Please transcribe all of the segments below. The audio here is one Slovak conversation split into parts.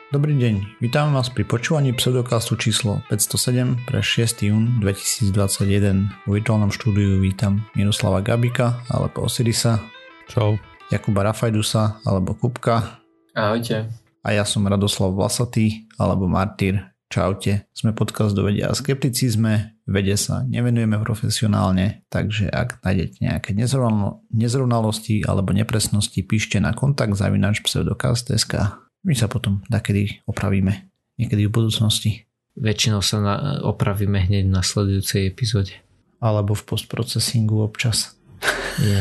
Dobrý deň, vítam vás pri počúvaní pseudokastu číslo 507 pre 6. jún 2021. V virtuálnom štúdiu vítam Miroslava Gabika alebo Osirisa. Čau. Jakuba Rafajdusa alebo Kupka. Ahojte. A ja som Radoslav Vlasatý alebo Martýr. Čaute. Sme podcast do vede a skepticizme. Vede sa nevenujeme profesionálne, takže ak nájdete nejaké nezrovnalosti alebo nepresnosti, píšte na kontakt@pseudokast.sk. My sa potom takedy opravíme. Niekedy v budúcnosti. Väčšinou sa opravíme hneď v nasledujúcej epizóde. Alebo v postprocesingu občas. Ja.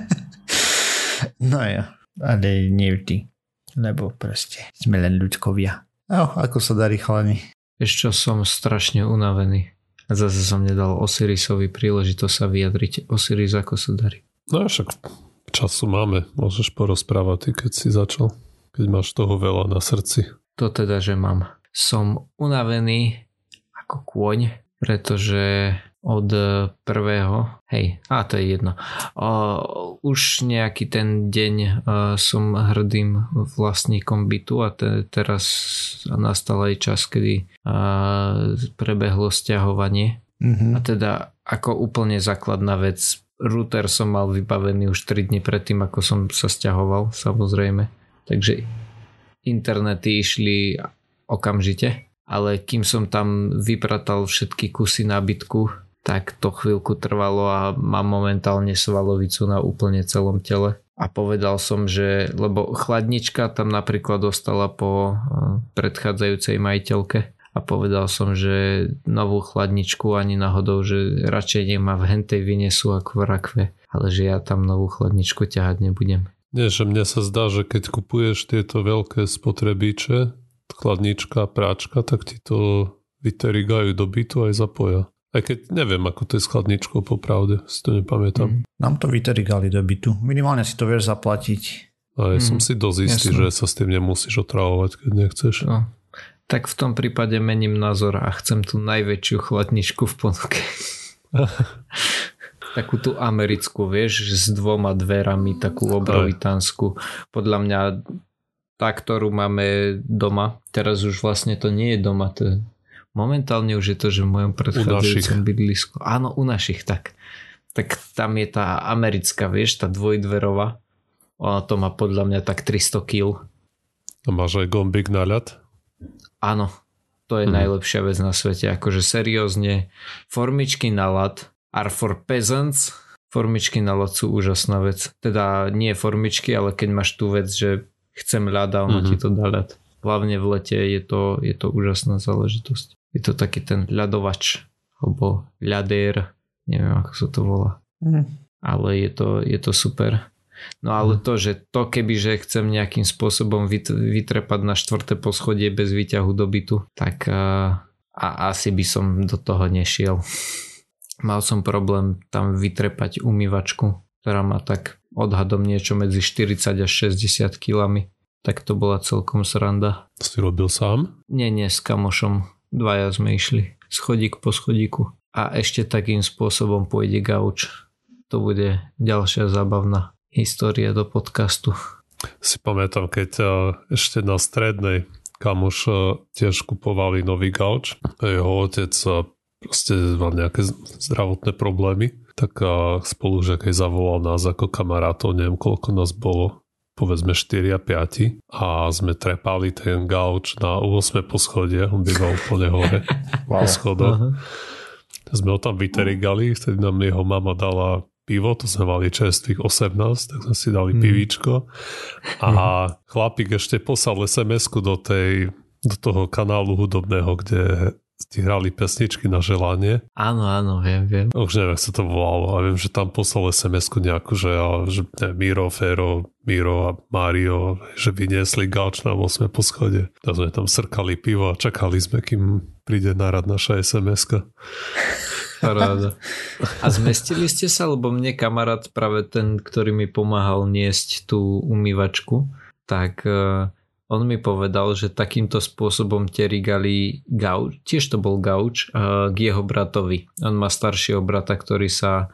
No ja, ale nie vždy. Lebo proste sme len ľudkovia. No, ako sa darí, chalani? Ešte som strašne unavený. A zase som nedal Osirisovi príležitosť sa vyjadriť. Osiris, ako sa darí? No však času máme. Môžeš porozprávať ty, keď si začal. Keď máš toho veľa na srdci. To teda, že mám. Som unavený ako kôň, pretože od prvého, to je jedno. Už nejaký ten deň som hrdým vlastníkom bytu a teraz nastal aj čas, kedy prebehlo sťahovanie. Mm-hmm. A teda ako úplne základná vec, router som mal vybavený už 3 dni predtým, ako som sa sťahoval, samozrejme. Takže internety išli okamžite, ale kým som tam vypratal všetky kusy nábytku, tak to chvíľku trvalo a mám momentálne svalovicu na úplne celom tele. A povedal som, že, lebo chladnička tam napríklad ostala po predchádzajúcej majiteľke a povedal som, že novú chladničku ani náhodou, že radšej nemá v hentej vynesú ako v rakve, ale že ja tam novú chladničku ťahať nebudem. Nie, že mne sa zdá, že keď kupuješ tieto veľké spotrebiče, chladnička, práčka, tak ti to vyterigajú do bytu aj zapoja. Aj keď neviem, ako to je s chladničkou, popravde, si to nepamätám. Nám to vyterigali do bytu. Minimálne si to vieš zaplatiť. A ja som si dosť istý, že sa s tým nemusíš otravovať, keď nechceš. No. Tak v tom prípade mením názor a chcem tú najväčšiu chladničku v ponuke. Takú tú americkú, vieš, s 2 dverami, takú obrovitánsku. Podľa mňa tá, ktorú máme doma, teraz už vlastne to nie je doma, to je, momentálne už je to, že v mojom predchádzajúcom bydlisku. Áno, u našich, tak. Tak tam je tá americká, vieš, tá dvojdverová. Ona to má podľa mňa tak 300 kg. A máš aj gombík na ľad? Áno, to je najlepšia vec na svete. Akože seriózne, formičky na ľad are for peasants. Formičky na ľad sú úžasná vec. Teda nie formičky, ale keď máš tú vec, že chcem ľad a ono ti to dá ľad. Hlavne v lete je to úžasná záležitosť. Je to taký ten ľadovač alebo ľadér, neviem ako sa to volá. Ale je to super. No ale to, že to kebyže chcem nejakým spôsobom vytrepať na 4. poschodie bez výťahu do bytu, tak asi by som do toho nešiel. Mal som problém tam vytrepať umývačku, ktorá má tak odhadom niečo medzi 40 až 60 kilami. Tak to bola celkom sranda. Si robil sám? Nie, s kamošom. 2 sme išli. Schodík po schodíku. A ešte takým spôsobom pôjde gauč. To bude ďalšia zábavná história do podcastu. Si pamätám, keď ešte na strednej kamoš tiež kupovali nový gauč. Jeho otec proste mal nejaké zdravotné problémy, tak spolužiak aj zavolal nás ako kamarátov, neviem koľko nás bolo, povedzme 4 a 5 a sme trepali ten gauč na 8. poschodie, on býval úplne hore po schodoch. Sme ho tam vyterigali, vtedy nám jeho mama dala pivo, to sme mali čerstvých 18, tak sme si dali pivíčko a chlapík ešte poslal SMS-ku do toho kanálu hudobného, kde ti hrali pesničky na želanie. Áno, viem. Už neviem, ako sa to volalo, a viem, že tam poslal SMS-ku nejakú, že Miro, Fero, Miro a Mario, že vyniesli gauč na 8. poschode. Tak sme tam srkali pivo a čakali sme, kým príde nárad naša SMS-ka. Paráda. A zmestili ste sa, lebo mne kamarát, práve ten, ktorý mi pomáhal niesť tú umývačku, tak on mi povedal, že takýmto spôsobom terigali gauč, tiež to bol gauč, k jeho bratovi. On má staršieho brata, ktorý sa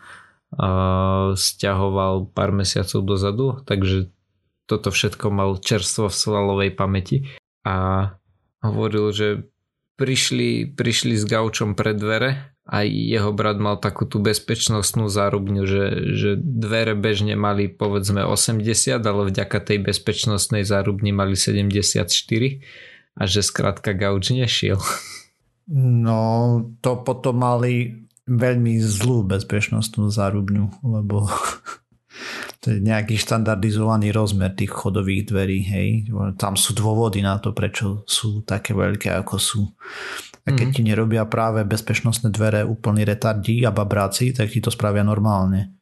sťahoval pár mesiacov dozadu, takže toto všetko mal čerstvo v svalovej pamäti. a hovoril, že prišli s gaučom pred dvere a jeho brat mal takú tú bezpečnostnú zárubňu, že dvere bežne mali povedzme 80, ale vďaka tej bezpečnostnej zárubni mali 74 a že skrátka gauč nešiel. No, to potom mali veľmi zlú bezpečnostnú zárubňu, lebo to je nejaký štandardizovaný rozmer tých chodových dverí, hej. Tam sú dôvody na to, prečo sú také veľké, ako sú. A keď ti nerobia práve bezpečnostné dvere úplný retardí a babráci, tak ti to spravia normálne.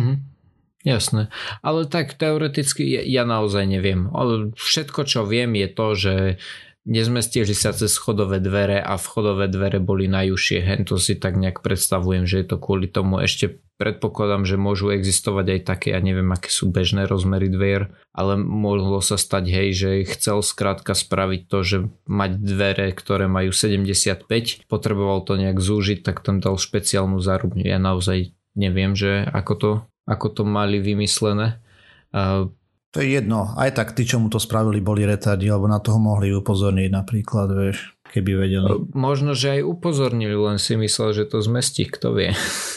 Jasné. Ale tak teoreticky ja naozaj neviem. Ale všetko, čo viem, je to, že nezmestili sa cez schodové dvere a vchodové dvere boli najúžšie. To si tak nejak predstavujem, že je to kvôli tomu. Ešte predpokladám, že môžu existovať aj také, ja neviem, aké sú bežné rozmery dvier, ale mohlo sa stať, hej, že chcel skrátka spraviť to, že mať dvere, ktoré majú 75, potreboval to nejak zúžiť, tak tam dal špeciálnu zárubňu. Ja naozaj neviem, že ako to mali vymyslené. To je jedno, aj tak tí, čo mu to spravili, boli retardi, alebo na toho mohli upozorniť napríklad, vieš, keby vedeli. Možno, že aj upozornili, len si myslel, že to zmestí, kto vie.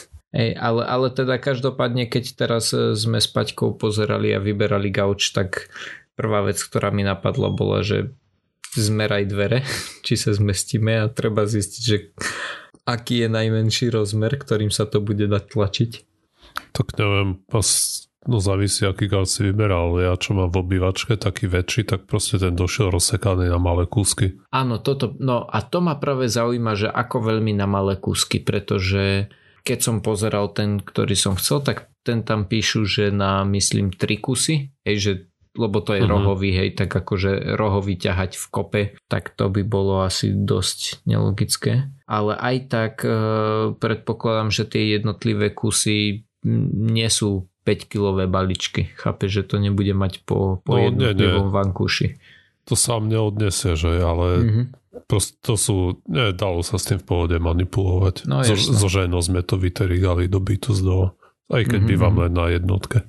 Ale teda každopádne, keď teraz sme s Paťkou pozerali a vyberali gauč, tak prvá vec, ktorá mi napadla, bola, že zmeraj dvere, či sa zmestíme a treba zistiť, že aký je najmenší rozmer, ktorým sa to bude dať tlačiť. Tak neviem, no závisí, aký gauč si vyberal. Ja čo mám v obývačke, taký väčší, tak proste ten došiel rozsekaný na malé kúsky. Áno, no a to ma práve zaujíma, že ako veľmi na malé kúsky, pretože keď som pozeral ten, ktorý som chcel, tak ten tam píšu, že na, myslím, 3 kusy, lebo to je rohový, hej, tak akože rohový ťahať v kope, tak to by bolo asi dosť nelogické. Ale aj tak predpokladám, že tie jednotlivé kusy nie sú 5-kilové balíčky. Chápe, že to nebude mať po jednotlivom vankúši. To sám neodnesie, že? Ale proste to sú... dalo sa s tým v pohode manipulovať. No, so ženou sme to vyterigali do bytu z dola. Aj keď bývam len na jednotke.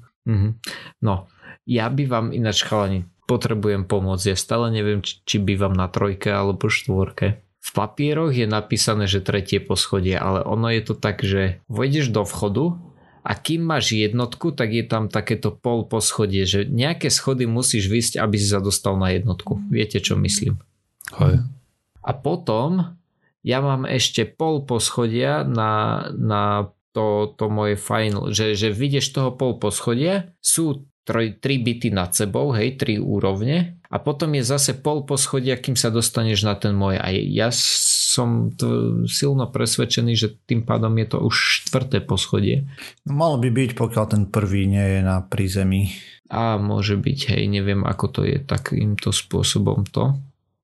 No, ja bývam ináč, chalani, potrebujem pomôcť. Ja stále neviem, či bývam na 3 alebo 4. V papieroch je napísané, že 3. poschodie, ale ono je to tak, že vojdeš do vchodu a kým máš jednotku, tak je tam takéto pol poschodie, že nejaké schody musíš výjsť, aby si sa dostal na jednotku. Viete, čo myslím? Hej. A potom ja mám ešte pol poschodia na to moje final, že vidieš toho pol poschodia, sú 3 byty nad sebou, hej, 3 úrovne a potom je zase pol poschodia, kým sa dostaneš na ten môj. A ja som silno presvedčený, že tým pádom je to už 4. poschodie. No, malo by byť, pokiaľ ten prvý nie je na prízemí. A môže byť, hej, neviem ako to je takýmto spôsobom to.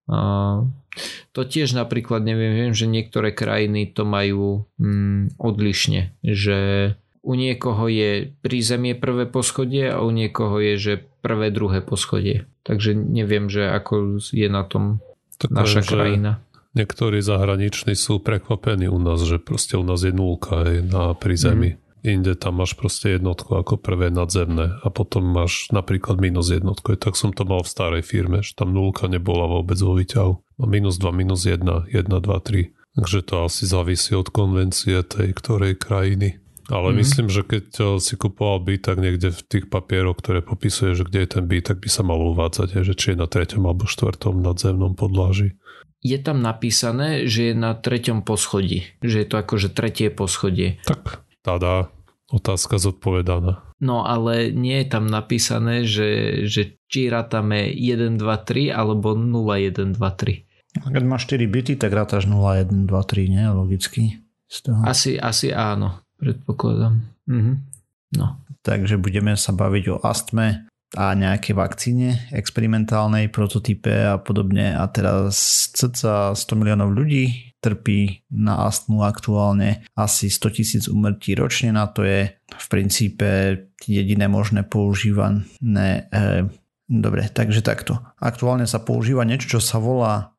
To tiež napríklad neviem, že niektoré krajiny to majú odlišne, že u niekoho je prízemie 1. poschodie a u niekoho je, že 1., 2. poschodie. Takže neviem, že ako je na tom tak naša krajina. Niektorí zahraniční sú prekvapení u nás, že proste u nás je 0 aj na prízemí. Inde tam máš proste jednotku ako prvé nadzemné a potom máš napríklad -1. Tak som to mal v starej firme, že tam 0 nebola vôbec vo výťahu. A -2, -1, 1, 2, 3. Takže to asi závisí od konvencie tej ktorej krajiny. Ale myslím, že keď si kupoval byt, tak niekde v tých papieroch, ktoré popisuje, že kde je ten byt, tak by sa malo uvádzať, že či je na 3. alebo 4. nadzemnom podlaží. Je tam napísané, že je na 3. poschodí. Že je to akože 3. poschodie. Tak, tada, otázka zodpovedaná. No ale nie je tam napísané, že či rátame 1, 2, 3 alebo 0, 1, 2, 3. Keď máš 4 byty, tak rátaš 0, 1, 2, 3, nie? Logicky. Asi áno. Predpokladám. No. Takže budeme sa baviť o astme a nejaké vakcíne experimentálnej, prototype a podobne. A teraz cca 100 miliónov ľudí trpí na astmu aktuálne. Asi 100 000 úmrtí ročne. Na to je v princípe jediné možné používané. Dobre, takže takto. Aktuálne sa používa niečo, čo sa volá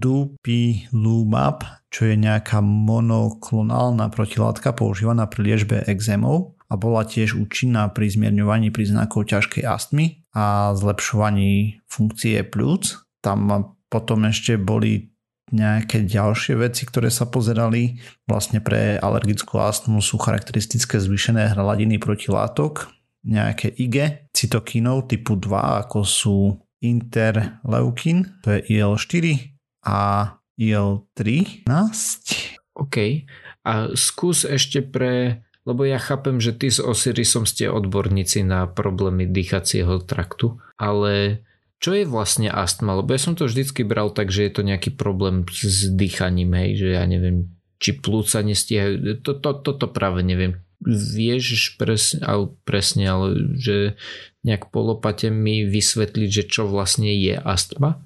Dupilumab, čo je nejaká monoklonálna protilátka používaná pri liečbe ekzémov a bola tiež účinná pri zmierňovaní príznakov ťažkej astmy a zlepšovaní funkcie pľúc. Tam potom ešte boli nejaké ďalšie veci, ktoré sa pozerali. Vlastne pre alergickú astmu sú charakteristické zvýšené hladiny protilátok, nejaké IgE, cytokínov typu 2, ako sú interleukin, to je IL-4 a IL-13. OK. A skús ešte lebo ja chápem, že ty s Osirisom ste odborníci na problémy dýchacieho traktu, ale čo je vlastne astma? Lebo ja som to vždycky bral tak, že je to nejaký problém s dýchaním, hej, že ja neviem, či plúca nestíhajú. Toto práve neviem. Vieš presne, ale že nejak polopate mi vysvetliť, že čo vlastne je astma?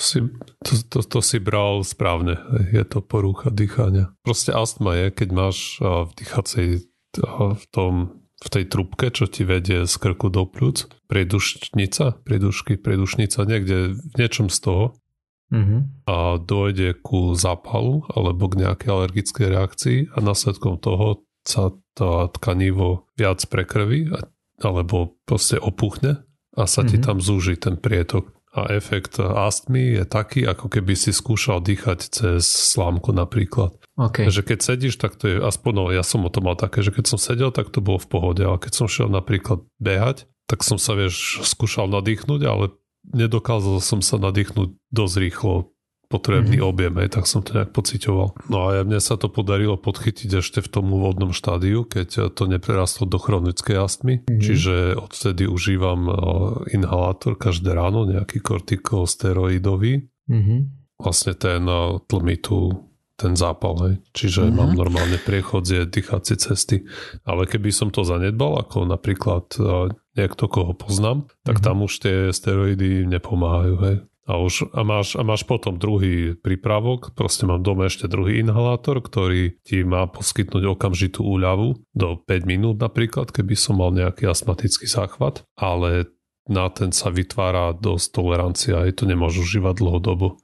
To si bral správne. Je to porucha dýchania. Proste astma je, keď máš v dýchacej v tej trubke, čo ti vedie z krku do pľúc, priedušnica, niekde v niečom z toho a dojde ku zápalu alebo k nejakej alergickej reakcii a následkom toho sa tá tkanivo viac prekrví alebo proste opuchne a sa ti tam zúži ten prietok. A efekt astmy je taký, ako keby si skúšal dýchať cez slámku napríklad. Okay. Takže keď sedíš, tak to je aspoň, no ja som o tom mal také, že keď som sedel, tak to bolo v pohode, ale keď som šiel napríklad behať, tak som sa, skúšal nadýchnuť, ale nedokázal som sa nadýchnuť dosť rýchlo potrebný objem, tak som to nejak pociťoval. No a mne sa to podarilo podchytiť ešte v tom úvodnom štádiu, keď to neprerastlo do chronickej astmy, čiže odtedy užívam inhalátor každé ráno, nejaký kortikosteroidový. Vlastne ten tlmí ten zápal, hej. Čiže mám normálne priechodzie dýchacie cesty. Ale keby som to zanedbal, ako napríklad niekto, koho poznám, tak tam už tie steroidy nepomáhajú, hej. A máš potom druhý prípravok, proste mám doma ešte druhý inhalátor, ktorý ti má poskytnúť okamžitú úľavu do 5 minút napríklad, keby som mal nejaký astmatický záchvat, ale na ten sa vytvára dosť tolerancia, aj to nemôžu užívať dlhodobo.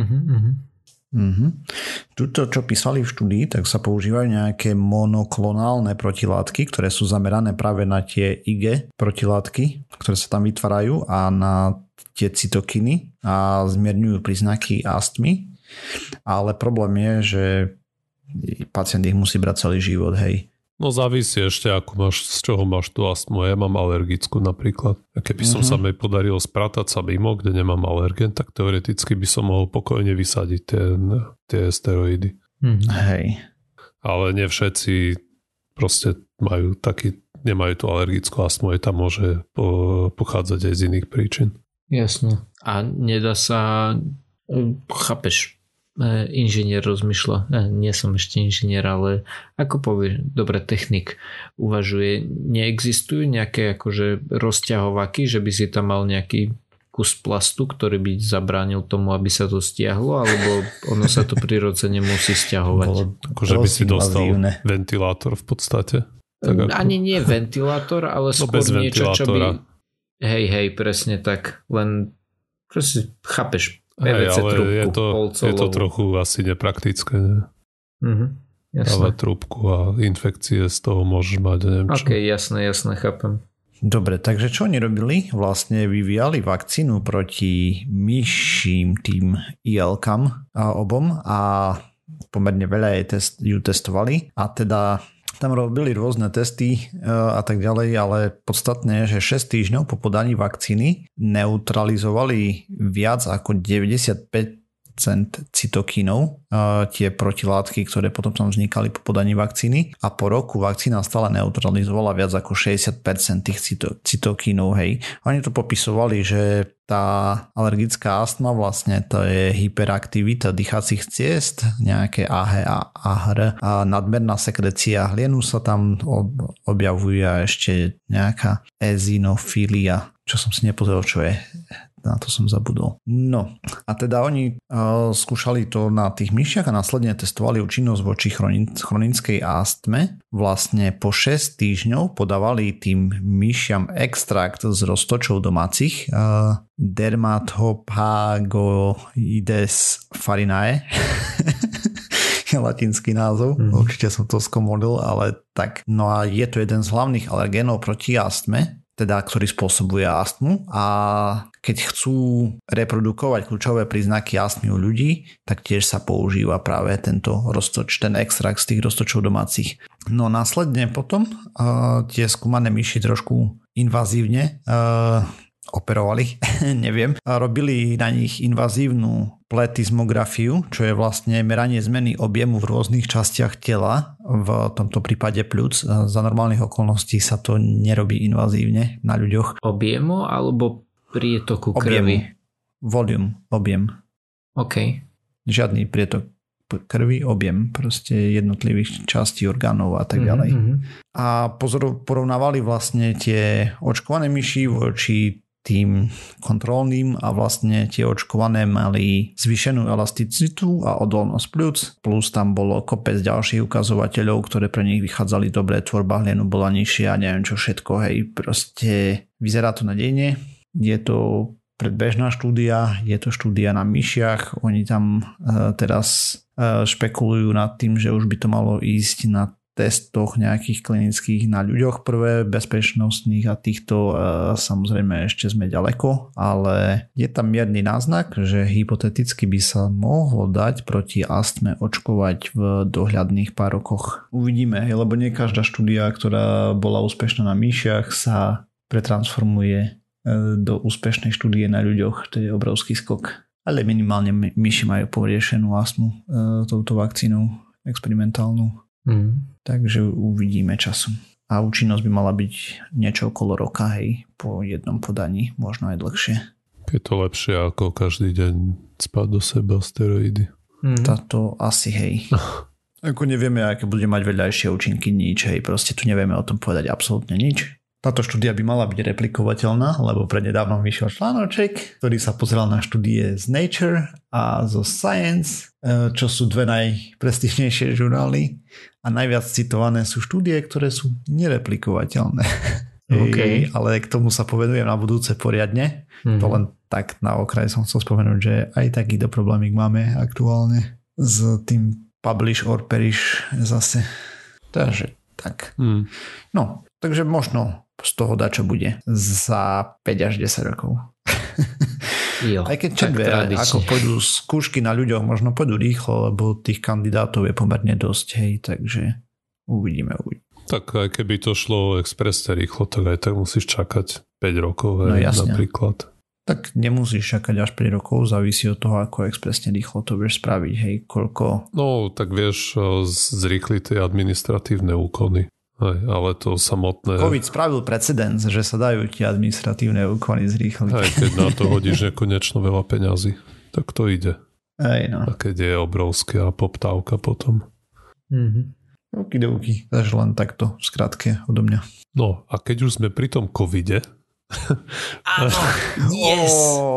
Tuto, čo písali v štúdii, tak sa používajú nejaké monoklonálne protilátky, ktoré sú zamerané práve na tie IgE protilátky, ktoré sa tam vytvárajú a na tie cytokiny a zmierňujú príznaky astmy. Ale problém je, že pacient ich musí brať celý život, hej. No závisí ešte, z čoho máš tú astmu. Ja mám alergickú napríklad. A keby som sa mi podarilo spratať sa mimo, kde nemám alergén, tak teoreticky by som mohol pokojne vysadiť tie steroidy. Hej. Ale nie všetci proste nemajú tú alergickú astmu, aj tam môže pochádzať aj z iných príčin. Jasno. A nedá sa, chápeš, inžinier rozmýšľa, nie som ešte inžinier, ale ako povie, dobre, technik uvažuje, neexistujú nejaké akože rozťahovaky, že by si tam mal nejaký kus plastu, ktorý by zabránil tomu, aby sa to stiahlo, alebo ono sa to prirodzene musí stiahovať? Akože by si dostal ventilátor v podstate? Ani nie ventilátor, ale skôr niečo, čo by... Hej, presne tak. Len proste chápeš, PVC trúbku. Je to trochu asi nepraktické, ne? Ale trúbku a infekcie z toho môžeš mať, neviem čo. Ok, jasné, chápem. Dobre, takže čo oni robili? Vlastne vyvíjali vakcínu proti myším tým IL-kam obom a pomerne veľa ju testovali a teda tam robili rôzne testy a tak ďalej, ale podstatné je, že 6 týždňov po podaní vakcíny neutralizovali viac ako 95% cytokínov, tie protilátky, ktoré potom tam vznikali po podaní vakcíny a po roku vakcína stále neutralizovala viac ako 60% tých cytokínov, hej. Oni to popisovali, že tá alergická astma vlastne to je hyperaktivita dýchacích ciest, nejaké AHR a nadmerná sekrecia hlienu sa tam objavuje a ešte nejaká ezinofília, čo som si nepozrel, čo je. Na to som zabudol. No a teda oni skúšali to na tých myšiach a následne testovali účinnosť voči chronickej astme. Vlastne po 6 týždňov podávali tým myšiam extrakt z roztočov domácich Dermatopagoides farinae je latinský názov, určite som to skomolil, ale tak. No a je to jeden z hlavných alergénov proti astme, teda ktorý spôsobuje astmu a keď chcú reprodukovať kľúčové príznaky astmy u ľudí, tak tiež sa používa práve tento roztoč, ten extrakt z tých roztočov domácich. No následne potom tie skúmané myši trošku invazívne operovali, neviem. Robili na nich invazívnu pletizmografiu, čo je vlastne meranie zmeny objemu v rôznych častiach tela, v tomto prípade pľúc. Za normálnych okolností sa to nerobí invazívne na ľuďoch. Objemu alebo prietoku krvi? Objem. OK. Žiadny prietok krvi, objem proste jednotlivých častí orgánov a tak ďalej. A porovnávali vlastne tie očkované myši voči tým kontrolným a vlastne tie očkované mali zvýšenú elasticitu a odolnosť pľúc, plus tam bolo kopec ďalších ukazovateľov, ktoré pre nich vychádzali dobre, tvorba hlienu bola nižšia a neviem čo všetko, hej, proste vyzerá to nadejne, je to predbežná štúdia, je to štúdia na myšiach, oni tam teraz špekulujú nad tým, že už by to malo ísť na testoch nejakých klinických na ľuďoch prvé, bezpečnostných a týchto samozrejme ešte sme ďaleko, ale je tam mierny náznak, že hypoteticky by sa mohlo dať proti astme očkovať v dohľadných pár rokoch. Uvidíme, lebo nie každá štúdia, ktorá bola úspešná na myšiach, sa pretransformuje do úspešnej štúdie na ľuďoch. To je obrovský skok. Ale minimálne myši majú poriešenú astmu touto vakcínou experimentálnu. Takže uvidíme časom. A účinnosť by mala byť niečo okolo roka, hej, po jednom podaní, možno aj dlhšie. Je to lepšie ako každý deň spať do seba steroidy. Táto asi, hej. Ako nevieme, aké bude mať vedľajšie účinky, nič, hej, proste tu nevieme o tom povedať absolútne nič. Táto štúdia by mala byť replikovateľná, lebo prednedávnom vyšiel článoček, ktorý sa pozeral na štúdie z Nature a zo Science, čo sú dve najprestížnejšie žurnály a najviac citované sú štúdie, ktoré sú nereplikovateľné. Okay. Ale k tomu sa povedujem na budúce poriadne. To len tak na okraj som chcel spomenúť, že aj takýto problémik máme aktuálne s tým publish or perish zase. Takže tak. No, takže možno z toho dá, čo bude za 5 až 10 rokov. Jo, aj keď čakve, ako pôjdu skúšky na ľuďoch, možno pôjdu rýchlo, lebo tých kandidátov je pomerne dosť, hej, takže uvidíme. Tak aj keby to šlo expresne rýchlo, tak aj tak musíš čakať 5 rokov, hej, napríklad. Tak nemusíš čakať až 5 rokov, závisí od toho, ako expresne rýchlo to vieš spraviť, hej, koľko... No, tak vieš zrýchliť tie administratívne úkony. Hej, ale to samotné... COVID spravil precedens, že sa dajú tie administratívne úkony zrýchliť. Hej, keď na to hodíš nekonečno veľa peňazí, tak to ide. Hej, no. A keď je obrovská poptávka potom. Okidoki, takže len takto v skratke odo mňa. No, a keď už sme pri tom covide... Áno, yes!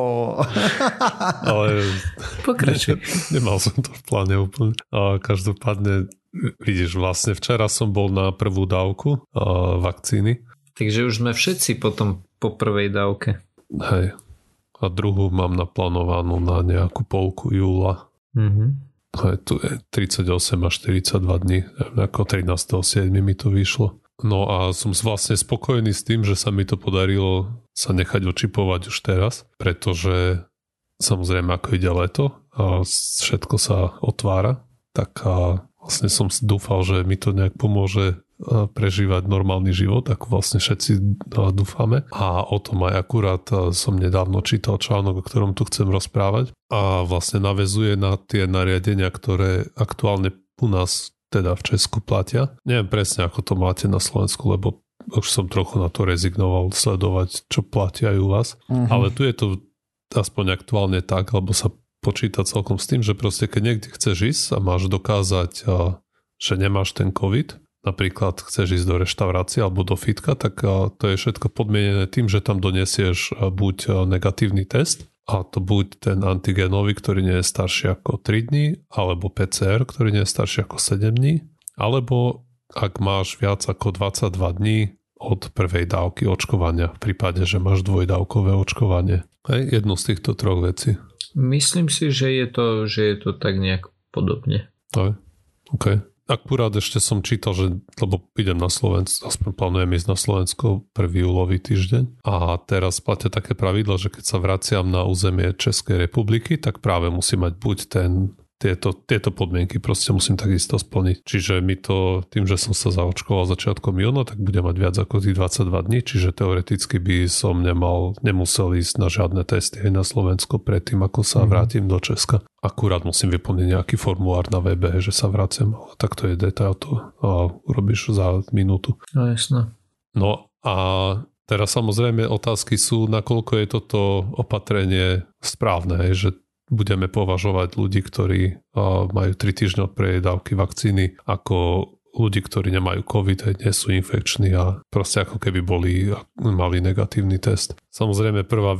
Ale... Pokračuj. Nemal som to v pláne úplne. A každopádne vidíš, vlastne včera som bol na prvú dávku vakcíny. Takže už sme všetci potom po prvej dávke. Hej. A druhú mám naplánovanú na nejakú polku júla. Hej, tu je 38 až 42 dní. Ako 13.7. mi to vyšlo. No a som vlastne spokojný s tým, že sa mi to podarilo sa nechať očipovať už teraz, pretože samozrejme ako ide leto a všetko sa otvára, tak vlastne som dúfal, že mi to nejak pomôže prežívať normálny život, ako vlastne všetci dúfame. A o tom aj akurát som nedávno čítal článok, o ktorom tu chcem rozprávať a vlastne naväzuje na tie nariadenia, ktoré aktuálne u nás teda v Česku platia. Neviem presne, ako to máte na Slovensku, lebo už som trochu na to rezignoval sledovať, čo platia aj u vás. Ale tu je to aspoň aktuálne tak, alebo sa počíta celkom s tým, že proste keď niekde chceš ísť a máš dokázať, že nemáš ten COVID, napríklad chceš ísť do reštaurácie alebo do fitka, tak to je všetko podmienené tým, že tam donesieš buď negatívny test, a to buď ten antigenový, ktorý nie je starší ako 3 dní, alebo PCR, ktorý nie je starší ako 7 dní, alebo ak máš viac ako 22 dní od prvej dávky očkovania, v prípade, že máš dvojdávkové očkovanie. Hej, jednu z týchto troch vecí. Myslím si, že je to tak nejak podobne. Hej, OK. akurát ešte som čítal, že, lebo idem na Slovensko, aspoň plánujem ísť na Slovensko 1. júlový týždeň a teraz platia také pravidlo, že keď sa vraciam na územie Českej republiky, tak práve musí mať buď tieto podmienky proste musím takisto splniť. Čiže mi to, tým, že som sa zaočkoval začiatkom júna, tak budem mať viac ako tých 22 dní, čiže teoreticky by som nemusel ísť na žiadne testy aj na Slovensko predtým, ako sa vrátim do Česka. Akurát musím vyplniť nejaký formulár na webe, že sa vraciam, ale tak to je detail, to urobíš za minútu. No jasno. No a teraz samozrejme otázky sú, nakoľko je toto opatrenie správne, že budeme považovať ľudí, ktorí majú 3 týždne od prvej dávky vakcíny ako ľudí, ktorí nemajú COVID, nie sú infekční a proste ako keby mali negatívny test. Samozrejme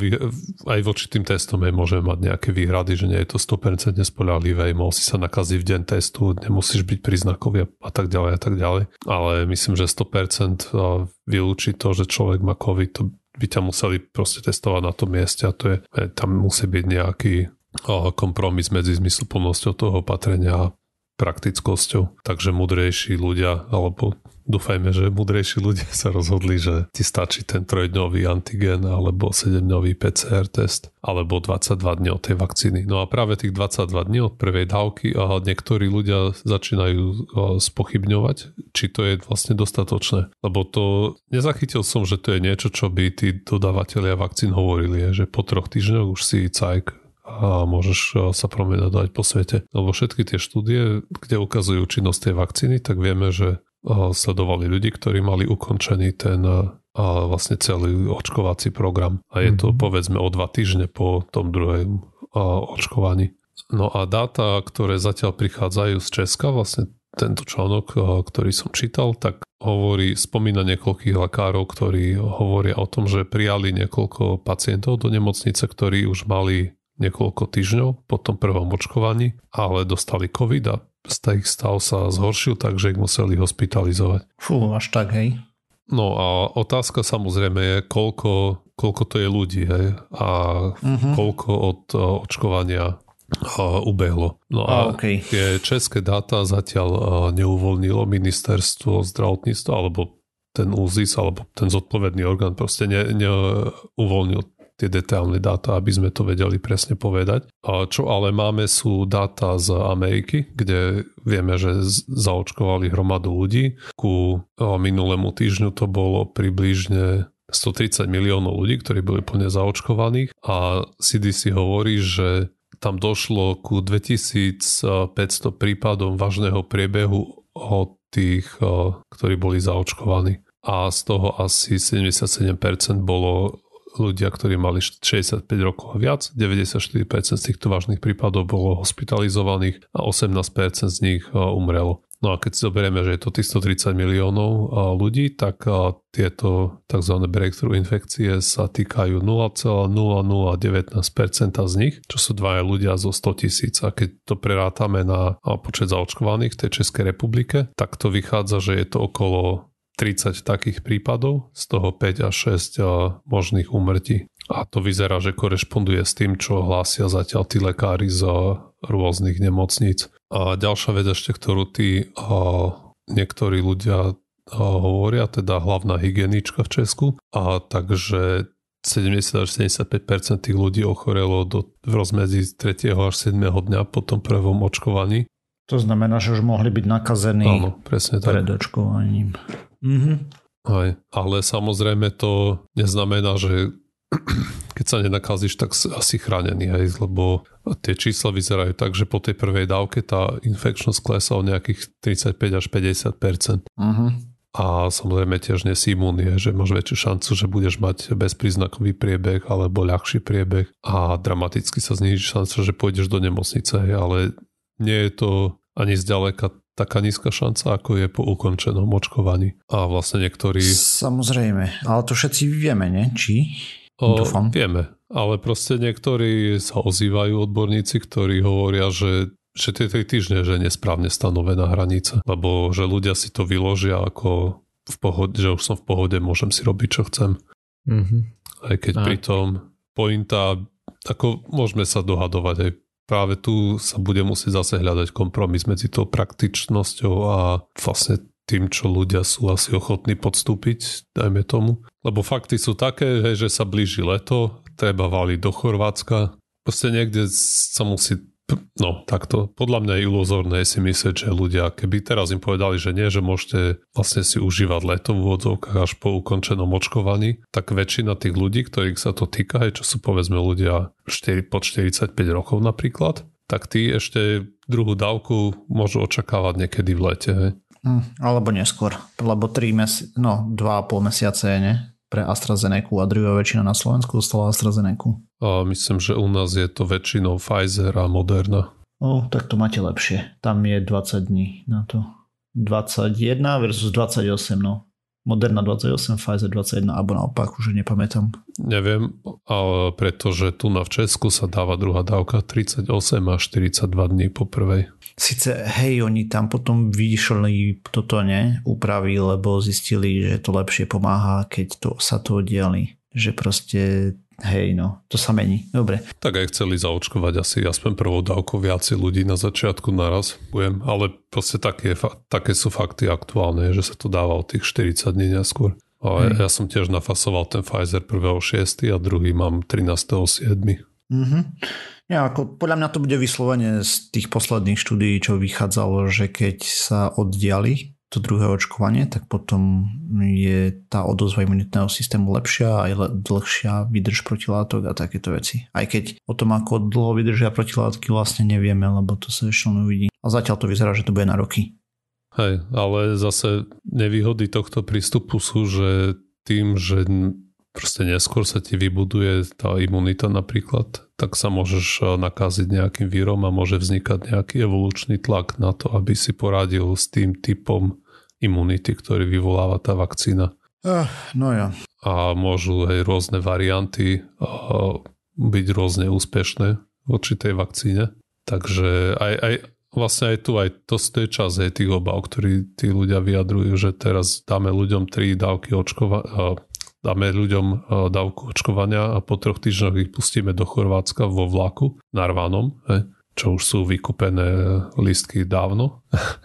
aj voči tým testom môžeme mať nejaké výhrady, že nie je to 100% spoľahlivé, mohol si sa nakaziť v deň testu, nemusíš byť príznakový a tak ďalej. Ale myslím, že 100% vylúčiť to, že človek má COVID, to by ťa museli proste testovať na tom mieste a to je, tam musí byť nejaký kompromis medzi zmysluplnosťou toho opatrenia a praktickosťou. Takže múdrejší ľudia, alebo dúfajme, že múdrejší ľudia sa rozhodli, že ti stačí ten 3-dňový antigen alebo 7-dňový PCR test alebo 22 dní od tej vakcíny. No a práve tých 22 dní od prvej dávky a niektorí ľudia začínajú spochybňovať, či to je vlastne dostatočné. Lebo to nezachytil som, že to je niečo, čo by tí dodávateľia vakcín hovorili, že po 3 týždňoch už si cajk a môžeš sa promedovať po svete. Lebo všetky tie štúdie, kde ukazujú činnosť tej vakcíny, tak vieme, že sledovali ľudí, ktorí mali ukončený ten vlastne celý očkovací program. A je to povedzme o 2 týždne po tom druhom očkovaní. No a dáta, ktoré zatiaľ prichádzajú z Česka, vlastne tento článok, ktorý som čítal, tak spomína niekoľkých lekárov, ktorí hovoria o tom, že prijali niekoľko pacientov do nemocnice, ktorí už mali niekoľko týždňov po tom prvom očkovaní, ale dostali COVID a ich stav sa zhoršil, takže ich museli hospitalizovať. Fú, až tak, hej. No a otázka samozrejme je, koľko to je ľudí, hej, a koľko od očkovania ubehlo. No a tie české dáta zatiaľ neuvoľnilo ministerstvo zdravotníctva, alebo ten ÚZIS, alebo ten zodpovedný orgán proste neuvoľnil tie detailné dáta, aby sme to vedeli presne povedať. A čo ale máme sú dáta z Ameriky, kde vieme, že zaočkovali hromadu ľudí. Ku minulému týždňu to bolo približne 130 miliónov ľudí, ktorí boli plne zaočkovaní a CDC hovorí, že tam došlo ku 2500 prípadom vážneho priebehu od tých, ktorí boli zaočkovaní. A z toho asi 77% bolo ľudia, ktorí mali 65 rokov a viac, 94% z týchto vážnych prípadov bolo hospitalizovaných a 18% z nich umrelo. No a keď si zoberieme, že je to tých 130 miliónov ľudí, tak tieto tzv. Breakthrough infekcie sa týkajú 0,0019% z nich, čo sú dvaja ľudia zo 100 000. A keď to prerátame na počet zaočkovaných v tej Českej republike, tak to vychádza, že je to okolo 30 takých prípadov, z toho 5 až 6 možných úmrtí. A to vyzerá, že korešponduje s tým, čo hlásia zatiaľ tí lekári z rôznych nemocníc. A ďalšia vec ešte, ktorú niektorí ľudia hovoria, teda hlavná hygienička v Česku, a takže 70 až 75% tých ľudí ochorelo v rozmedzi 3. až 7. dňa po tom prvom očkovaní. To znamená, že už mohli byť nakazení pred očkovaním. Aj, ale samozrejme to neznamená, že keď sa nenakazíš, tak asi chránený, hej, lebo tie čísla vyzerajú tak, že po tej prvej dávke tá infekčnosť klesá o nejakých 35 až 50%. A samozrejme tiež nie si imúnny, že máš väčšiu šancu, že budeš mať bezpríznakový priebeh alebo ľahší priebeh a dramaticky sa zníži šanca, že pôjdeš do nemocnice, hej, ale nie je to ani zďaleka taká nízka šanca, ako je po ukončenom očkovaní. A vlastne niektorí... Samozrejme, ale to všetci vieme, nie? Či? Vieme, ale proste niektorí sa ozývajú odborníci, ktorí hovoria, že tie 3 týždne, že je nesprávne stanovená hranica, lebo že ľudia si to vyložia ako v pohode, že už som v pohode, môžem si robiť, čo chcem. Aj keď pritom pointa, ako môžeme sa dohadovať aj práve tu sa bude musieť zase hľadať kompromis medzi tou praktičnosťou a vlastne tým, čo ľudia sú asi ochotní podstúpiť, dajme tomu. Lebo fakty sú také, že sa blíži leto, treba valiť do Chorvátska. Proste niekde sa musí. No, takto. Podľa mňa je iluzórne si myslieť, že ľudia, keby teraz im povedali, že nie, že môžete vlastne si užívať leto v úvodzovkách až po ukončenom očkovaní, tak väčšina tých ľudí, ktorých sa to týka, čo sú povedzme ľudia pod 45 rokov napríklad, tak tí ešte druhú dávku môžu očakávať niekedy v lete. Alebo neskôr, lebo 2,5 mesiace je, ne? Pre AstraZeneca a druhá väčšina na Slovensku dostala AstraZeneca. A myslím, že u nás je to väčšinou Pfizer a Moderna. Tak to máte lepšie. Tam je 20 dní na to. 21 versus 28, no. Moderna 28, Pfizer 21, alebo naopak, už nepamätám. Neviem, ale pretože tu v Česku sa dáva druhá dávka 38 až 42 dní po prvej. Sice, oni tam potom vyšli toto úpravy, lebo zistili, že to lepšie pomáha, keď sa to oddiali. Že proste, to sa mení. Dobre. Tak aj chceli zaočkovať asi aspoň prvou dávkou viacej ľudí na začiatku naraz. Ale proste také sú fakty aktuálne, že sa to dáva od tých 40 dní neskôr. Ale ja som tiež nafasoval ten Pfizer 1.6. a druhý mám 13.7. Ja, podľa mňa to bude vyslovene z tých posledných štúdií, čo vychádzalo, že keď sa oddiali to druhé očkovanie, tak potom je tá odozva imunitného systému lepšia a aj dlhšia výdrž protilátok a takéto veci. Aj keď o tom, ako dlho vydržia protilátky, vlastne nevieme, lebo to sa ešte len uvidí. A zatiaľ to vyzerá, že to bude na roky. Ale zase nevýhody tohto prístupu sú, že tým, že proste neskôr sa ti vybuduje tá imunita napríklad, tak sa môžeš nakaziť nejakým vírom a môže vznikať nejaký evolučný tlak na to, aby si poradil s tým typom imunity, ktorý vyvoláva tá vakcína. A môžu rôzne varianty byť rôzne úspešné voči tej vakcíne. Takže aj to je čas tých obav, ktorí tí ľudia vyjadrujú, že teraz dáme ľuďom 3 dávky dáme ľuďom dávku očkovania a po 3 týždňoch ich pustíme do Chorvátska vo vlaku narvanom, čo už sú vykúpené lístky dávno.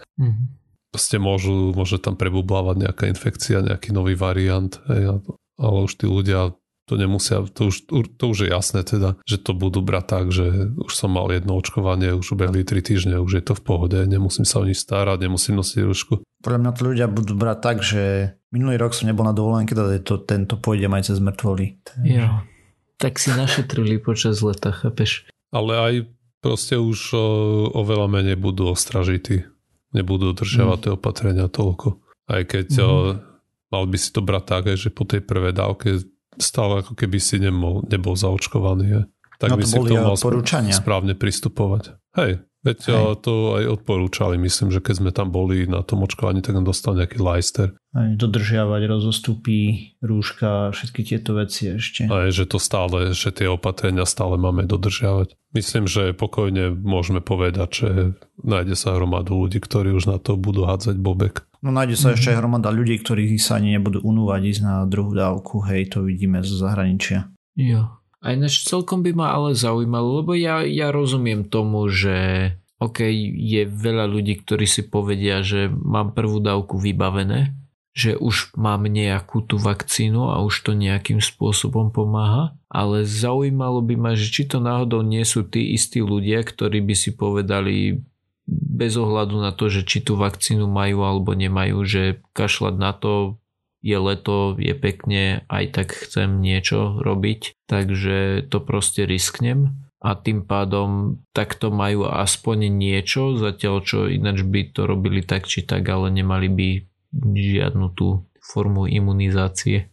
Proste môže tam prebublávať nejaká infekcia, nejaký nový variant, ale už tí ľudia to nemusia, to už je jasné teda, že to budú brať tak, že už som mal jedno očkovanie, už ubehli 3 týždne, už je to v pohode, nemusím sa o nič starať, nemusím nosiť rúšku. Podľa mňa to ľudia budú brať tak, že minulý rok som nebol na dovolenke, teda tento pôjdem aj cez mŕtvoly. Jo, tak si našetrili počas leta, chápeš? Ale aj proste už oveľa menej budú ostražití, nebudú dodržiavať tie opatrenia toľko. Aj keď mal by si to brať tak, že po tej prvej dávke stále ako keby si nebol zaočkovaný. Tak by si k tomu mal správne pristupovať. Veď to aj odporúčali. Myslím, že keď sme tam boli na tom očkovaní, tak nám dostal nejaký lajster. Aj dodržiavať rozostupy, rúška, všetky tieto veci ešte. Aj že tie opatrenia stále máme dodržiavať. Myslím, že pokojne môžeme povedať, že nájde sa hromadu ľudí, ktorí už na to budú hádzať bobek. No nájde sa ešte aj hromada ľudí, ktorí sa ani nebudú unúvať ísť na druhú dávku. To vidíme zo zahraničia. Jo. A ináč celkom by ma ale zaujímalo, lebo ja rozumiem tomu, že je veľa ľudí, ktorí si povedia, že mám prvú dávku vybavené, že už mám nejakú tú vakcínu a už to nejakým spôsobom pomáha, ale zaujímalo by ma, že či to náhodou nie sú tí istí ľudia, ktorí by si povedali bez ohľadu na to, že či tú vakcínu majú alebo nemajú, že kašľať na to, je leto, je pekne, aj tak chcem niečo robiť, takže to proste risknem a tým pádom takto majú aspoň niečo, zatiaľ čo ináč by to robili tak či tak, ale nemali by žiadnu tú formu imunizácie.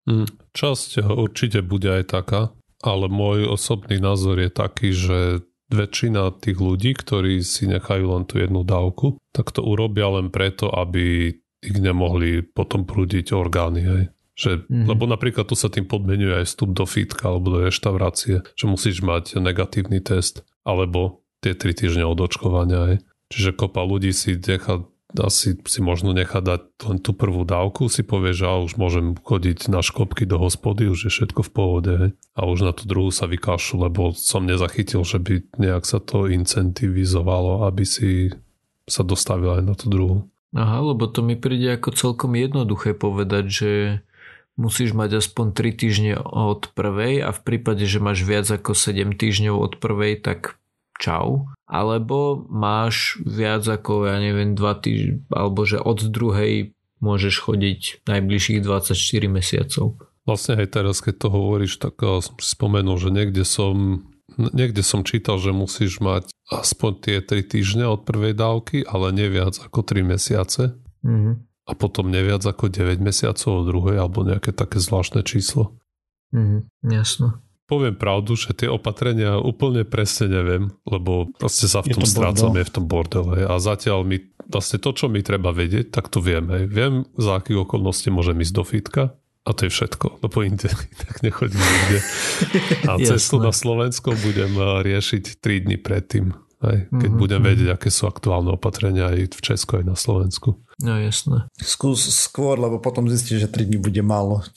Časť určite bude aj taká, ale môj osobný názor je taký, že väčšina tých ľudí, ktorí si nechajú len tú jednu dávku, tak to urobia len preto, aby ich nemohli potom prúdiť orgány. Lebo napríklad tu sa tým podmenuje aj vstup do fitka alebo do reštaurácie, že musíš mať negatívny test alebo tie 3 týždne od očkovania. Čiže kopa ľudí si nechá asi si možno nechá dať len tú prvú dávku, si povie, že už môžem chodiť na škopky do hospody, už je všetko v pohode. Hej. A už na tú druhú sa vykašu, lebo som nezachytil, že by nejak sa to incentivizovalo, aby si sa dostavil aj na tú druhú. Aha, lebo to mi príde ako celkom jednoduché povedať, že musíš mať aspoň 3 týždne od prvej a v prípade, že máš viac ako 7 týždňov od prvej, tak čau. Alebo máš viac ako, ja neviem, 2 týždne, alebo že od druhej môžeš chodiť najbližších 24 mesiacov. Vlastne aj teraz, keď to hovoríš, tak som si spomenul, že niekde som čítal, že musíš mať aspoň tie 3 týždne od prvej dávky, ale nie viac ako 3 mesiace. A potom neviac ako 9 mesiacov od druhej, alebo nejaké také zvláštne číslo. Jasno. Poviem pravdu, že tie opatrenia úplne presne neviem, lebo proste sa v tom strácam, je v tom bordele. A zatiaľ mi vlastne to, čo mi treba vedieť, tak to viem. Hej. Viem, za akých okolností môžem ísť do fitka a to je všetko, lebo inde tak nechodím nikde. A cestu na Slovensko budem riešiť 3 dni predtým. Hej. Keď budem vedieť, aké sú aktuálne opatrenia aj v Česku, aj na Slovensku. No jasné. Skús skôr, lebo potom zistíš, že 3 dni bude málo.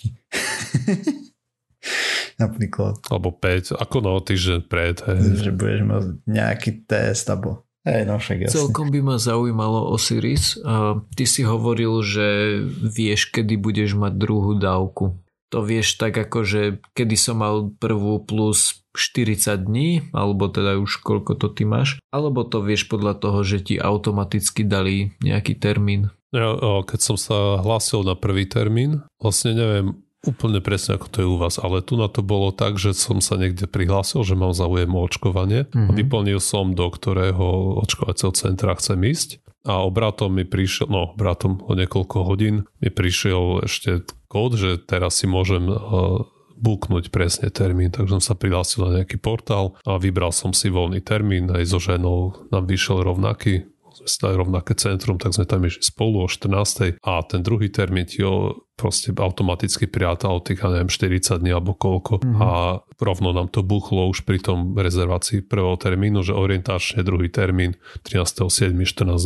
Napríklad. Alebo 5, ako týždeň pred. Hej. Že budeš mať nejaký test, alebo však jasne. Celkom by ma zaujímalo, Osiris. Ty si hovoril, že vieš, kedy budeš mať druhú dávku. To vieš tak ako, že kedy som mal prvú plus 40 dní, alebo teda už koľko to ty máš, alebo to vieš podľa toho, že ti automaticky dali nejaký termín. Ja, keď som sa hlásil na prvý termín, vlastne neviem úplne presne, ako to je u vás, ale tu na to bolo tak, že som sa niekde prihlásil, že mám záujem o očkovanie a vyplnil som, do ktorého očkovacieho centra chcem ísť a obratom mi prišiel, obratom o niekoľko hodín mi prišiel ešte kód, že teraz si môžem booknúť presne termín, takže som sa prihlásil na nejaký portál a vybral som si voľný termín, aj so ženou nám vyšiel rovnaký, rovnaké centrum, tak sme tam išli spolu o 14. a ten druhý termín ti proste automaticky priatal tých, 40 dní alebo koľko a rovno nám to buchlo už pri tom rezervácii prvého termínu, že orientačne druhý termín 13.7. 14.00.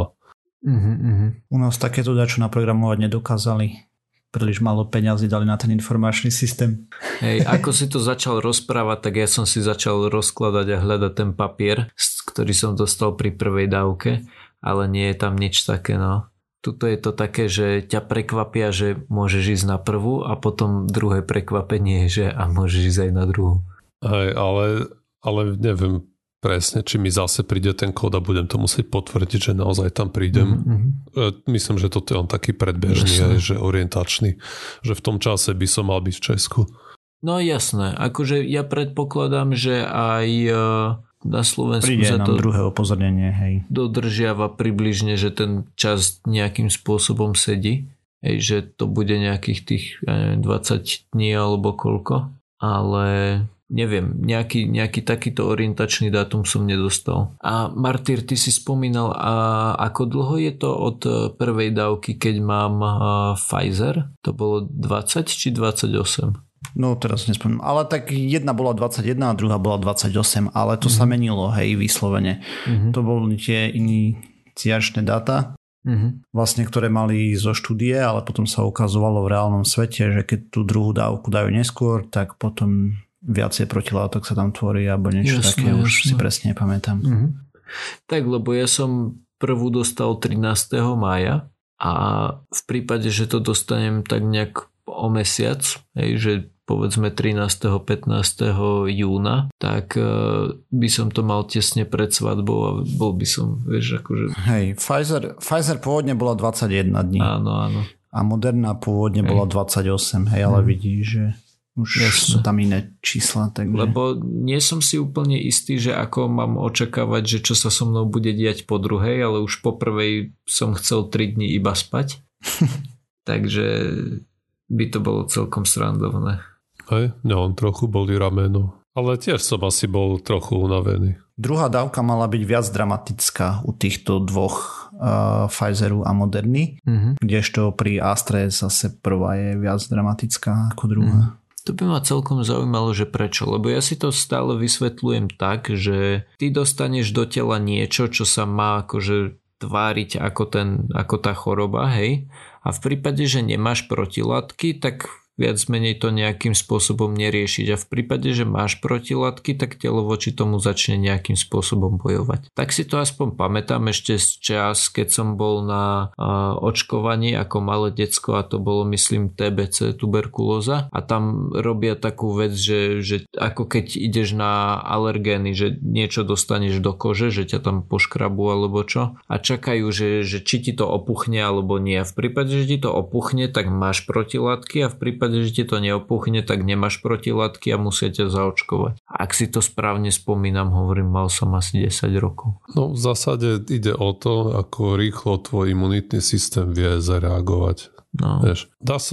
U nás takéto dačo naprogramovať nedokázali. Príliš málo peňazí dali na ten informačný systém. Hej, ako si to začal rozprávať, tak ja som si začal rozkladať a hľadať ten papier, ktorý som dostal pri prvej dávke, ale nie je tam nič také, Tuto je to také, že ťa prekvapia, že môžeš ísť na prvú a potom druhé prekvapenie, že a môžeš ísť aj na druhú. Hej, ale neviem presne, či mi zase príde ten kód a budem to musieť potvrdiť, že naozaj tam prídem. Myslím, že toto je on taký predbežný, že orientačný, že v tom čase by som mal byť v Česku. No jasné, akože ja predpokladám, že aj na Slovensku príde sa to druhé upozornenie, hej. Dodržiava približne, že ten čas nejakým spôsobom sedí, že to bude nejakých tých 20 dní alebo koľko, ale neviem, nejaký takýto orientačný dátum som nedostal. A Martyr, ty si spomínal, ako dlho je to od prvej dávky, keď mám Pfizer? To bolo 20 či 28? No teraz nespomínam, ale tak jedna bola 21 a druhá bola 28, ale to sa menilo, hej, vyslovene. To boli tie iniciačné dáta, vlastne, ktoré mali zo štúdie, ale potom sa ukazovalo v reálnom svete, že keď tú druhú dávku dajú neskôr, tak potom viacej protilátok sa tam tvorí alebo niečo také, už si presne nepamätám. Tak, lebo ja som prvú dostal 13. mája a v prípade, že to dostanem tak nejak o mesiac, že povedzme 13. 15. júna, tak by som to mal tesne pred svadbou a bol by som, akože... Hej, Pfizer pôvodne bola 21 dní. Áno. A Moderna pôvodne bola 28, ale vidíš, že už sú tam iné čísla. Takže... Lebo nie som si úplne istý, že ako mám očakávať, že čo sa so mnou bude diať po druhej, ale už po prvej som chcel 3 dní iba spať. Takže by to bolo celkom srandovné. Hej, on trochu boli rameno. Ale tiež som asi bol trochu unavený. Druhá dávka mala byť viac dramatická u týchto dvoch Pfizeru a Moderny, kdežto pri Astre zase prvá je viac dramatická ako druhá. To by ma celkom zaujímalo, že prečo, lebo ja si to stále vysvetľujem tak, že ty dostaneš do tela niečo, čo sa má akože tváriť ako tá choroba, hej. A v prípade, že nemáš protilátky, tak viac menej to nejakým spôsobom neriešiť. A v prípade, že máš protilátky, tak telo voči tomu začne nejakým spôsobom bojovať. Tak si to aspoň pamätám ešte z čas, keď som bol na očkovaní ako malé decko a to bolo, myslím, TBC, tuberkulóza. A tam robia takú vec, že ako keď ideš na alergény, že niečo dostaneš do kože, že ťa tam poškrabu alebo čo. A čakajú, že či ti to opuchne alebo nie. A v prípade, že ti to opuchne, tak máš protilátky, a v prípade, že ti to neopuchne, tak nemáš protilátky a musia ťa zaočkovať. Ak si to správne spomínam, hovorím, mal som asi 10 rokov. No v zásade ide o to, ako rýchlo tvoj imunitný systém vie zareagovať. No. Vieš,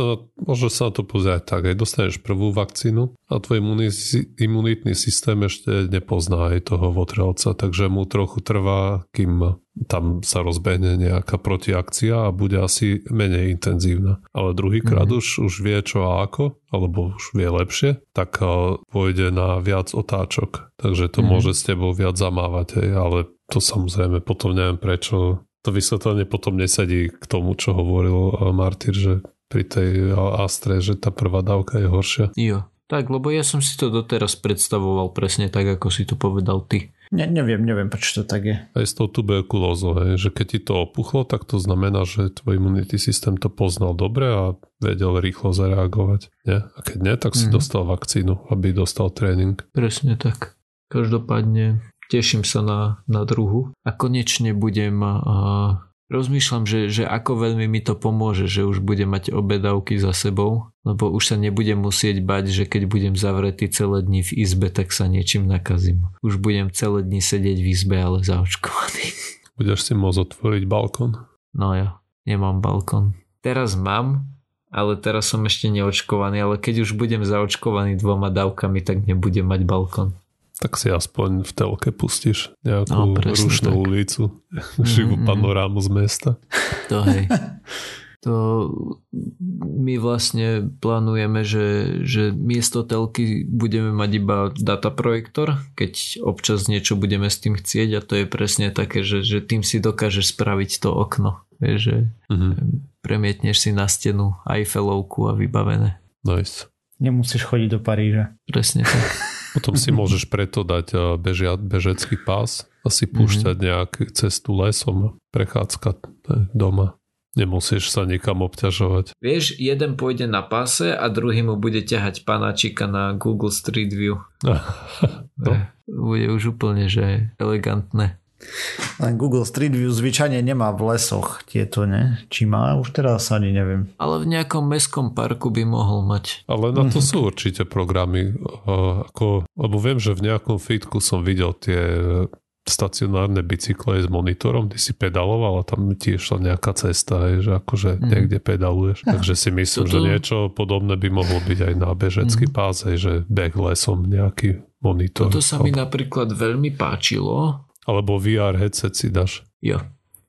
môže sa na to pozrieť tak, aj dostaneš prvú vakcínu a tvoj imunitný systém ešte nepozná aj toho votrelca, takže mu trochu trvá, kým tam sa rozbehne nejaká protiakcia a bude asi menej intenzívna. Ale druhýkrát už vie čo a ako, alebo už vie lepšie, tak pôjde na viac otáčok. Takže to môže s tebou viac zamávať, ale to samozrejme potom neviem prečo. To vysvetlenie potom nesedí k tomu, čo hovoril Martyr, že pri tej Astre, že tá prvá dávka je horšia. Jo, tak, lebo ja som si to doteraz predstavoval presne tak, ako si to povedal ty. Neviem, prečo to tak je. Aj s tou tuberkulózou, že keď ti to opuchlo, tak to znamená, že tvoj imunitný systém to poznal dobre a vedel rýchlo zareagovať. Nie? A keď nie, tak si dostal vakcínu, aby dostal tréning. Presne tak. Každopádne teším sa na druhu a konečne budem rozmýšľam, že ako veľmi mi to pomôže, že už budem mať obe dávky za sebou, lebo už sa nebudem musieť bať, že keď budem zavretý celé dni v izbe, tak sa niečím nakazím. Už budem celé dni sedieť v izbe, ale zaočkovaný. Budeš si môcť otvoriť balkón? No ja, nemám balkón. Teraz mám, ale teraz som ešte neočkovaný, ale keď už budem zaočkovaný 2 dávkami, tak nebudem mať balkón. Tak si aspoň v telke pustíš nejakú rušnú ulicu, živú panorámu z mesta. To hej. To my vlastne plánujeme, že miesto telky budeme mať iba dataprojektor, keď občas niečo budeme s tým chcieť, a to je presne také, že tým si dokážeš spraviť to okno. Vieš, že premietneš si na stenu Eiffelovku a vybavené. Nice. Nemusíš chodiť do Paríža. Presne tak. Potom si môžeš preto dať bežecký pás a si púšťať nejakú cestu lesom, prechádzka doma. Nemusíš sa nikam obťažovať. Vieš, jeden pôjde na páse a druhý mu bude ťahať panáčika na Google Street View. No. Bude už úplne, že elegantné. Len Google Street View zvyčajne nemá v lesoch tieto, ne? Či má? Už teraz ani neviem. Ale v nejakom mestskom parku by mohol mať. Ale na to sú určite programy. Lebo viem, že v nejakom feedku som videl tie stacionárne bicykle s monitorom, ty si pedaloval a tam ti išla nejaká cesta, že akože niekde pedaluješ. Takže si myslím, že niečo podobné by mohlo byť aj na bežecký pás, že beh lesom nejaký monitor. Toto sa mi napríklad veľmi páčilo. Alebo VR headset si dáš. Jo.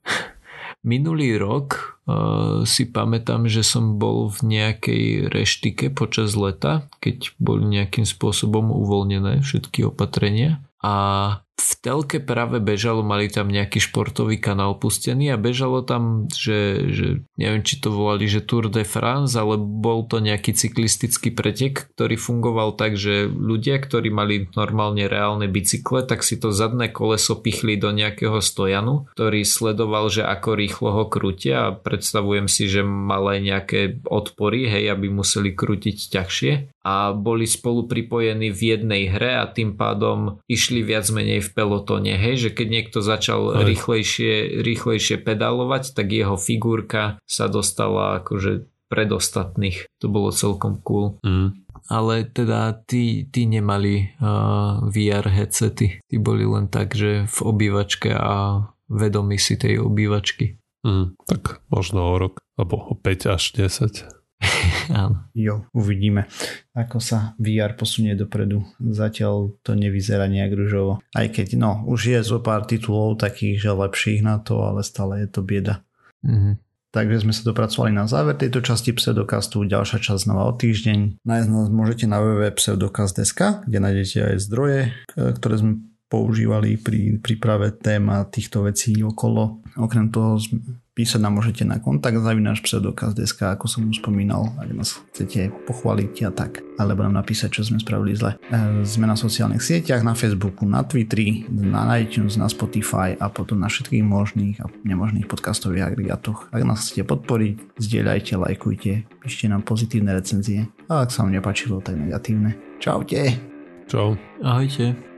Minulý rok si pamätám, že som bol v nejakej reštike počas leta, keď boli nejakým spôsobom uvoľnené všetky opatrenia. A v telke práve bežalo, mali tam nejaký športový kanál pustený a bežalo tam, že neviem, či to volali, že Tour de France, ale bol to nejaký cyklistický pretek, ktorý fungoval tak, že ľudia, ktorí mali normálne reálne bicykle, tak si to zadné koleso pichli do nejakého stojanu, ktorý sledoval, že ako rýchlo ho krútia, a predstavujem si, že mal aj nejaké odpory, hej, aby museli krútiť ťažšie, a boli spolu pripojení v jednej hre a tým pádom išli viac menej v pelotóne, hej, že keď niekto začal rýchlejšie pedalovať, tak jeho figurka sa dostala akože pred ostatných. To bolo celkom cool. Ale teda tí nemali VR headsety. Tí boli len tak, že v obývačke a vedomí si tej obývačky. Tak možno o rok, alebo o 5 až 10. Áno. Jo, uvidíme, ako sa VR posunie dopredu. Zatiaľ to nevyzerá nejak ružovo. Aj keď, už je zo pár titulov takých, že lepších na to, ale stále je to bieda. Takže sme sa dopracovali na záver tejto časti Pseudokastu. Ďalšia časť znova o týždeň. Nájsť nás môžete na www.pseudokast.sk, kde nájdete aj zdroje, ktoré sme používali pri príprave tém a týchto vecí okolo. Okrem toho písať nám môžete na kontakt @pseudokaz.sk, ako som už spomínal, ak nás chcete pochváliť a tak, alebo nám napísať, čo sme spravili zle. Sme na sociálnych sieťach, na Facebooku, na Twitteri, na iTunes, na Spotify a potom na všetkých možných a nemožných podcastových agregátoch. Ak nás chcete podporiť, zdieľajte, lajkujte, píšte nám pozitívne recenzie a ak sa vám nepáčilo, tak negatívne. Čaute. Čau. Ahojte.